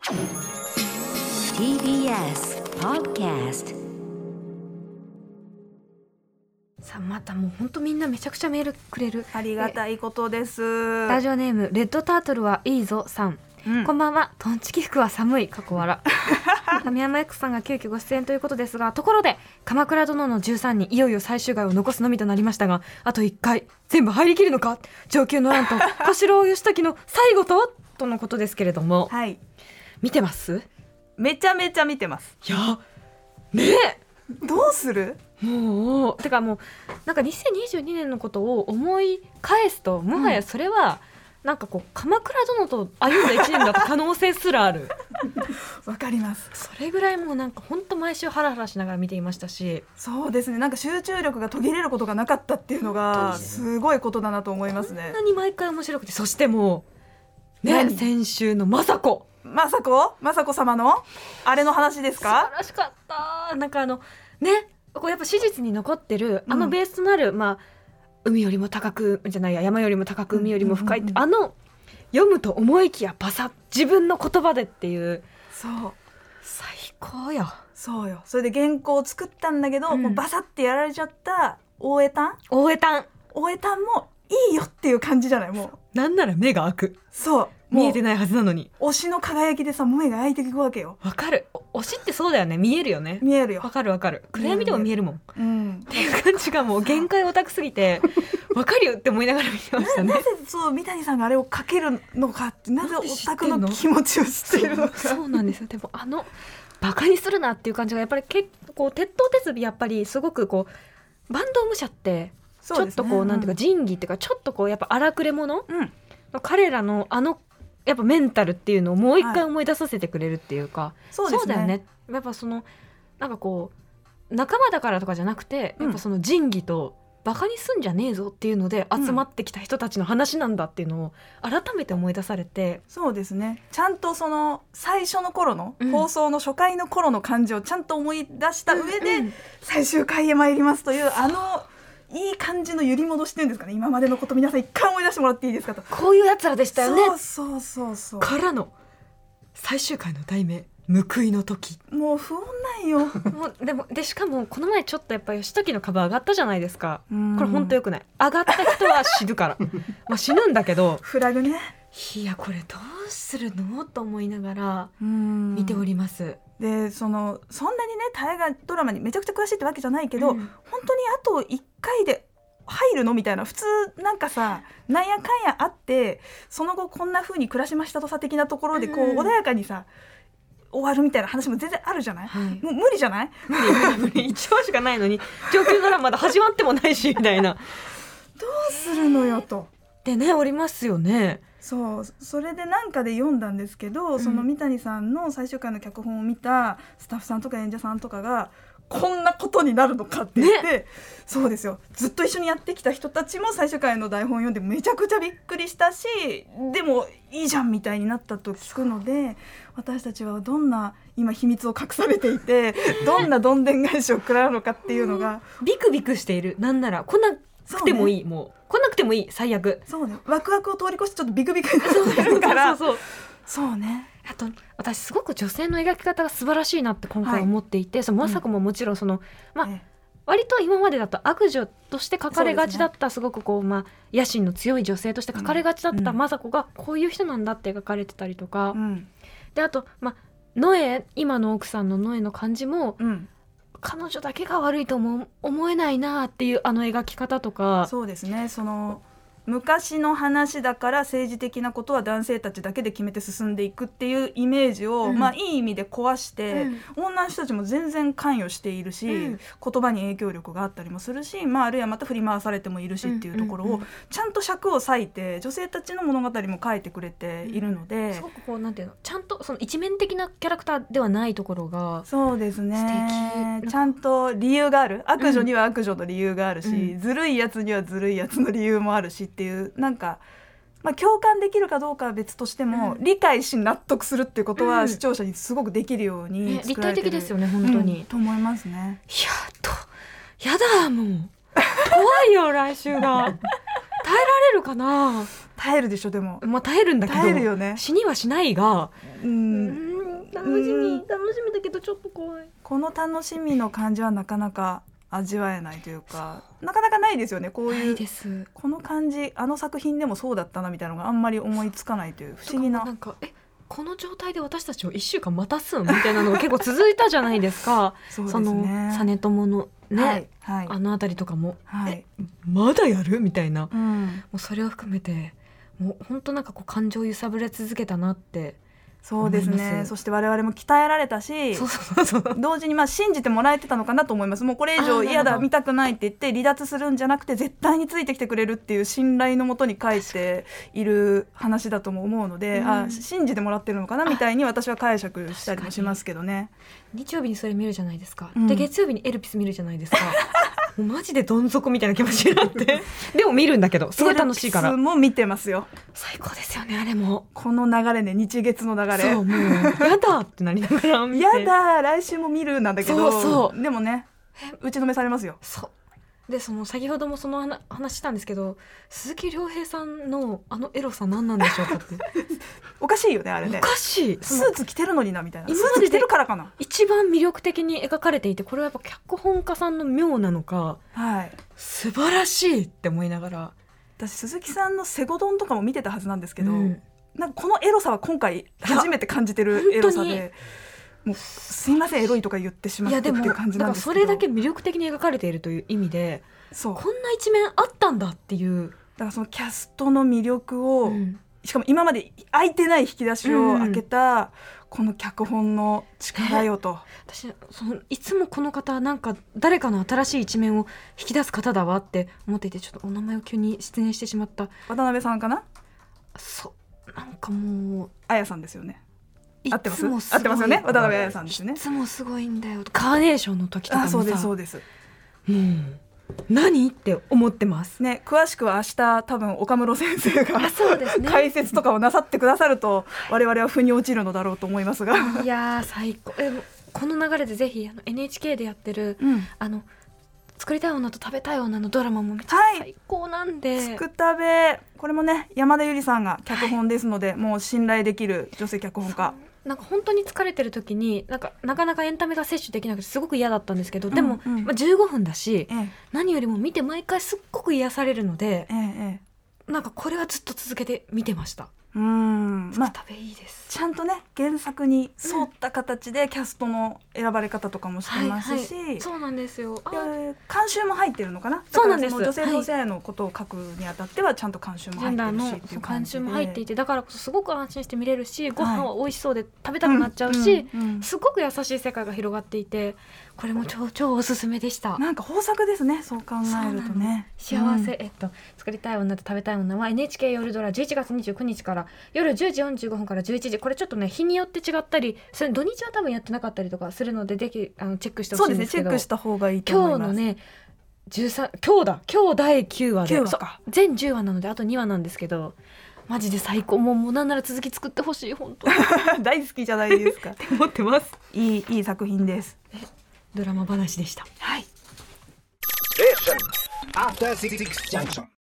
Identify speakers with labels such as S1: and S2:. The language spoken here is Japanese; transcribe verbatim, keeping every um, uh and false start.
S1: ティービーエス Podcast。
S2: さあまたもうほんとみんなめちゃくちゃメールくれる。
S3: ありがたいことです。
S2: ラジオネームレッドタートルはいいぞさん、うん、こんばんは。トンチキ服は寒い過去笑神山 X さんが急遽ご出演ということですが、ところで鎌倉殿のじゅうさんにんいよいよ最終回を残すのみとなりましたが、あといっかい全部入りきるのか、上級の乱と小四郎義時の最後ととのことですけれども、
S3: はい、
S2: 見てます？
S3: めちゃめちゃ見てます。
S2: いやねえ
S3: どうする？
S2: もうてかもうなんかにせんにじゅうにねんのことを思い返すと、もはやそれはなんかこう鎌倉殿と歩んだいちねんだった可能性すらある
S3: わかります。
S2: それぐらいもうなんか本当毎週ハラハラしながら見ていましたし、
S3: そうですね、なんか集中力が途切れることがなかったっていうのがすごいことだなと思いますね。
S2: こんなに毎回面白くて、そしてもうね、先週の政子
S3: 政子政子様のあれの話ですか？
S2: 素晴らしかった。なんかあのね、こうやっぱ史実に残ってるあのベースとなる、うん、まあ海よりも高くじゃないや山よりも高く海よりも深いって、うんうんうん、あの読むと思いきやバサッ自分の言葉でっていう、
S3: そう
S2: 最高よ。
S3: そうよ。それで原稿を作ったんだけど、うん、もうバサッてやられちゃった大江丹
S2: 大江丹
S3: 大江丹もいいよっていう感じじゃない。もう
S2: なんなら目が開く。そう見えてないはずなのに
S3: 推しの輝きでさ目が開いていくわけよ。
S2: わかる。推しってそうだよね。見えるよね。
S3: 見えるよ。
S2: わかるわかる。暗闇でも見えるもん、
S3: うん、
S2: っていう感じがもう限界オタクすぎてわかるよって思いながら見てましたね。
S3: な, なぜそう三谷さんがあれをかけるのかって、なぜオタクの気持ちを知っているのか。
S2: そう、そうなんですよ。でもあのバカにするなっていう感じがやっぱり結構鉄頭鉄尾やっぱりすごくこうバンド武者ってちょっとこう、ね、なんていうか仁義っていうかちょっとこうやっぱ荒くれ者、うん、彼らのあのやっぱメンタルっていうのをもう一回思い出させてくれるっていうか、はい、
S3: そうですね、
S2: そうだよね。やっぱそのなんかこう仲間だからとかじゃなくて、やっぱその仁義とバカにすんじゃねえぞっていうので集まってきた人たちの話なんだっていうのを改めて思い出されて、
S3: うん、そうですね。ちゃんとその最初の頃の、うん、放送の初回の頃の感じをちゃんと思い出した上で、うんうん、最終回へ参りますというあのいい感じの揺り戻しっていうんですかね。今までのこと皆さん一回思い出してもらっていいですかと。
S2: こういうやつらでしたよね。
S3: そうそうそうそう。
S2: からの最終回の題名報いの時、
S3: もう不穏なんよ。
S2: もうでもでしかもこの前ちょっとやっぱ義時の株上がったじゃないですか。これ本当よくない。上がった人は死ぬからまあ死ぬんだけど
S3: フラグね。
S2: いやこれどうするのと思いながら見ております。
S3: でそのそんなにね大河ドラマにめちゃくちゃ詳しいってわけじゃないけど、うん、本当にあといっかいで入るのみたいな、普通なんかさなんやかんやあってその後こんな風に暮らしましたとさ的なところでこう、うん、穏やかにさ終わるみたいな話も全然あるじゃない、はい、もう無理じゃない？
S2: 無理無理無理いちわしかないのに上級ドラマまだ始まってもないしみたいな
S3: どうするのよと
S2: でねおりますよね。
S3: そうそれでなんかで読んだんですけど、うん、その三谷さんの最終回の脚本を見たスタッフさんとか演者さんとかがこんなことになるのかって言って、ね、そうですよ。ずっと一緒にやってきた人たちも最終回の台本読んでめちゃくちゃびっくりしたし、でもいいじゃんみたいになったと聞くので、私たちはどんな今秘密を隠されていてどんなどんでん返しを食らうのかっていうのが
S2: ビクビクしている。なんなら来なくてもいい、ね、もう来なくてもいい最悪。
S3: そうね、ワクワクを通り越してちょっとビクビクになってるから
S2: そうそうそう
S3: そうね。
S2: あと私すごく女性の描き方が素晴らしいなって今回思っていて、はい、その政子ももちろんその、まあええ、割と今までだと悪女として書かれがちだった、ね、すごくこう、まあ、野心の強い女性として書かれがちだった政子がこういう人なんだって描かれてたりとか、うん、であと、まあ、ノエ今の奥さんのノエの感じも、うん、彼女だけが悪いとも思えないなっていうあの描き方とか。
S3: そうですね、その昔の話だから政治的なことは男性たちだけで決めて進んでいくっていうイメージを、うんまあ、いい意味で壊して、うん、女の人たちも全然関与しているし、うん、言葉に影響力があったりもするし、まあ、あるいはまた振り回されてもいるしっていうところをちゃんと尺を割いて女性たちの物語も書いてくれているので、うん、
S2: すごくこうなんていうのちゃんとその一面的なキャラクターではないところが
S3: そうですね、ちゃんと理由がある。悪女には悪女の理由があるし、うん、ずるいやつにはずるいやつの理由もあるしっていう、なんか、まあ、共感できるかどうかは別としても、うん、理解し納得するっていうことは視聴者にすごくできるように作られてる、
S2: ね、立体的ですよね本当に、
S3: うん、と思いますね。
S2: いやとやだもう怖いよ来週が耐えられるかな。
S3: 耐えるでしょ。でも、
S2: まあ、耐えるんだけど
S3: 耐えるよね。
S2: 死にはしないが
S3: うん
S2: 楽しみ楽しみだけどちょっと怖い。
S3: この楽しみの感じはなかなか味わえないというか、なかなかないですよね。こういう
S2: ないです
S3: この感じ、あの作品でもそうだったなみたいなのがあんまり思いつかないという不思議な。
S2: なんかえこの状態で私たちをいっしゅうかん待たすんみたいなのが結構続いたじゃないですか。
S3: そうですね。
S2: その実朝のね、
S3: はいはい、
S2: あのあたりとかも、
S3: はい、
S2: えまだやるみたいな、
S3: うん、
S2: もうそれを含めてもう本当なんかこう感情揺さぶれ続けたなって。
S3: そうですね。そして我々も鍛えられたし、
S2: そうそうそうそう、
S3: 同時にまあ信じてもらえてたのかなと思います。もうこれ以上嫌だ見たくないって言って離脱するんじゃなくて絶対についてきてくれるっていう信頼のもとに書いている話だとも思うので、うん、あ信じてもらってるのかなみたいに私は解釈したりもしますけどね。
S2: 日曜日にそれ見るじゃないですか、
S3: うん、
S2: で月曜日にエルピス見るじゃないですかもうマジでどん底みたいな気持ちになってでも見るんだけどすごい楽しいから。
S3: エルピスも見てますよ。
S2: 最高ですよねあれも。
S3: この流れね、日月の流れ、
S2: そうもうやだってなりながら見て
S3: やだ来週も見るなんだけど、
S2: そうそう
S3: でもね打ちのめされますよ。
S2: そうでその先ほどもその話、話したんですけど、鈴木亮平さんのあのエロさ何なんでしょうかって
S3: おかしいよねあれね。
S2: おかしい。
S3: スーツ着てるのになみたいな。
S2: 今
S3: スーツ着てるからかな。
S2: 一番魅力的に描かれていて、これはやっぱ脚本家さんの妙なのか、
S3: はい、
S2: 素晴らしいって思いながら。
S3: 私鈴木さんのセゴドンとかも見てたはずなんですけど、
S2: うん、
S3: なんかこのエロさは今回初めて感じてるエロさで、もうすいませんエロいとか言ってしまってっていう感じなんですけど、
S2: それだけ魅力的に描かれているという意味で、
S3: そう
S2: こんな一面あったんだっていう。
S3: だからそのキャストの魅力を、うん、しかも今まで開いてない引き出しを開けた、うん、この脚本の力よと。
S2: 私そのいつもこの方なんか誰かの新しい一面を引き出す方だわって思っていて、ちょっとお名前を急に失念してしまった。
S3: 渡辺さんかな。
S2: そうなんかもう
S3: あやさんですよね。合ってます？
S2: 合
S3: ってますよね。渡辺あやさんですよね。
S2: いつもすごいんだよ。カーネーションの時とかもさ、
S3: あそうですそうです。
S2: もう何って思ってます
S3: ね。詳しくは明日多分岡室先生が
S2: そうです、ね、
S3: 解説とかをなさってくださると我々は腑に落ちるのだろうと思いますが
S2: いやー最高。えこの流れでぜひあの エヌエイチケー でやってる、うん、あの作りたい女と食べたい女のドラマもめっちゃ最高なんで、はい、
S3: つくたべこれもね山田ゆりさんが脚本ですので、はい、もう信頼できる女性脚本家。
S2: なんか本当に疲れてる時になんかなかなかエンタメが摂取できなくてすごく嫌だったんですけど、でも、うんうんまあ、じゅうごふんだし、ええ、何よりも見て毎回すっごく癒されるので、ええ、なんかこれはずっと続けて見てました。うん、まあ、食べいいです。
S3: ちゃんとね原作に沿った形でキャストの選ばれ方とかもしてますし、
S2: はいはい、そうなんですよ。
S3: 監修も入ってるのかな。
S2: そうなんです。
S3: 女性同性愛のことを書くにあたってはちゃんと監修も入ってるしっていう感じで、
S2: 監修も入っていて、だからこそすごく安心して見れるし、ご飯は美味しそうで食べたくなっちゃうし、はいうんうんうん、すごく優しい世界が広がっていて、これも超超おすすめでした。
S3: なんか豊作ですね、そう考えるとね。
S2: 幸せ、うん、えっと作りたい女と食べたい女は エヌエイチケー 夜ドラじゅういちがつにじゅうくにちから夜じゅうじよんじゅうごふんからじゅういちじ、これちょっとね日によって違ったり、それ土日は多分やってなかったりとかするので、ぜひあのチェックしてほしいんですけど。
S3: そうですね、チェックした方がいいと思います。
S2: 今日のねじゅうさん今日だ今日だいきゅうわで
S3: きゅうわか
S2: 全じゅうわなのであとにわなんですけど、マジで最高。もう、もうなんなら続き作ってほしい本当
S3: 大好きじゃないですか
S2: って思ってます。
S3: いいいい作品です。
S2: ドラマ話でした。
S3: はい。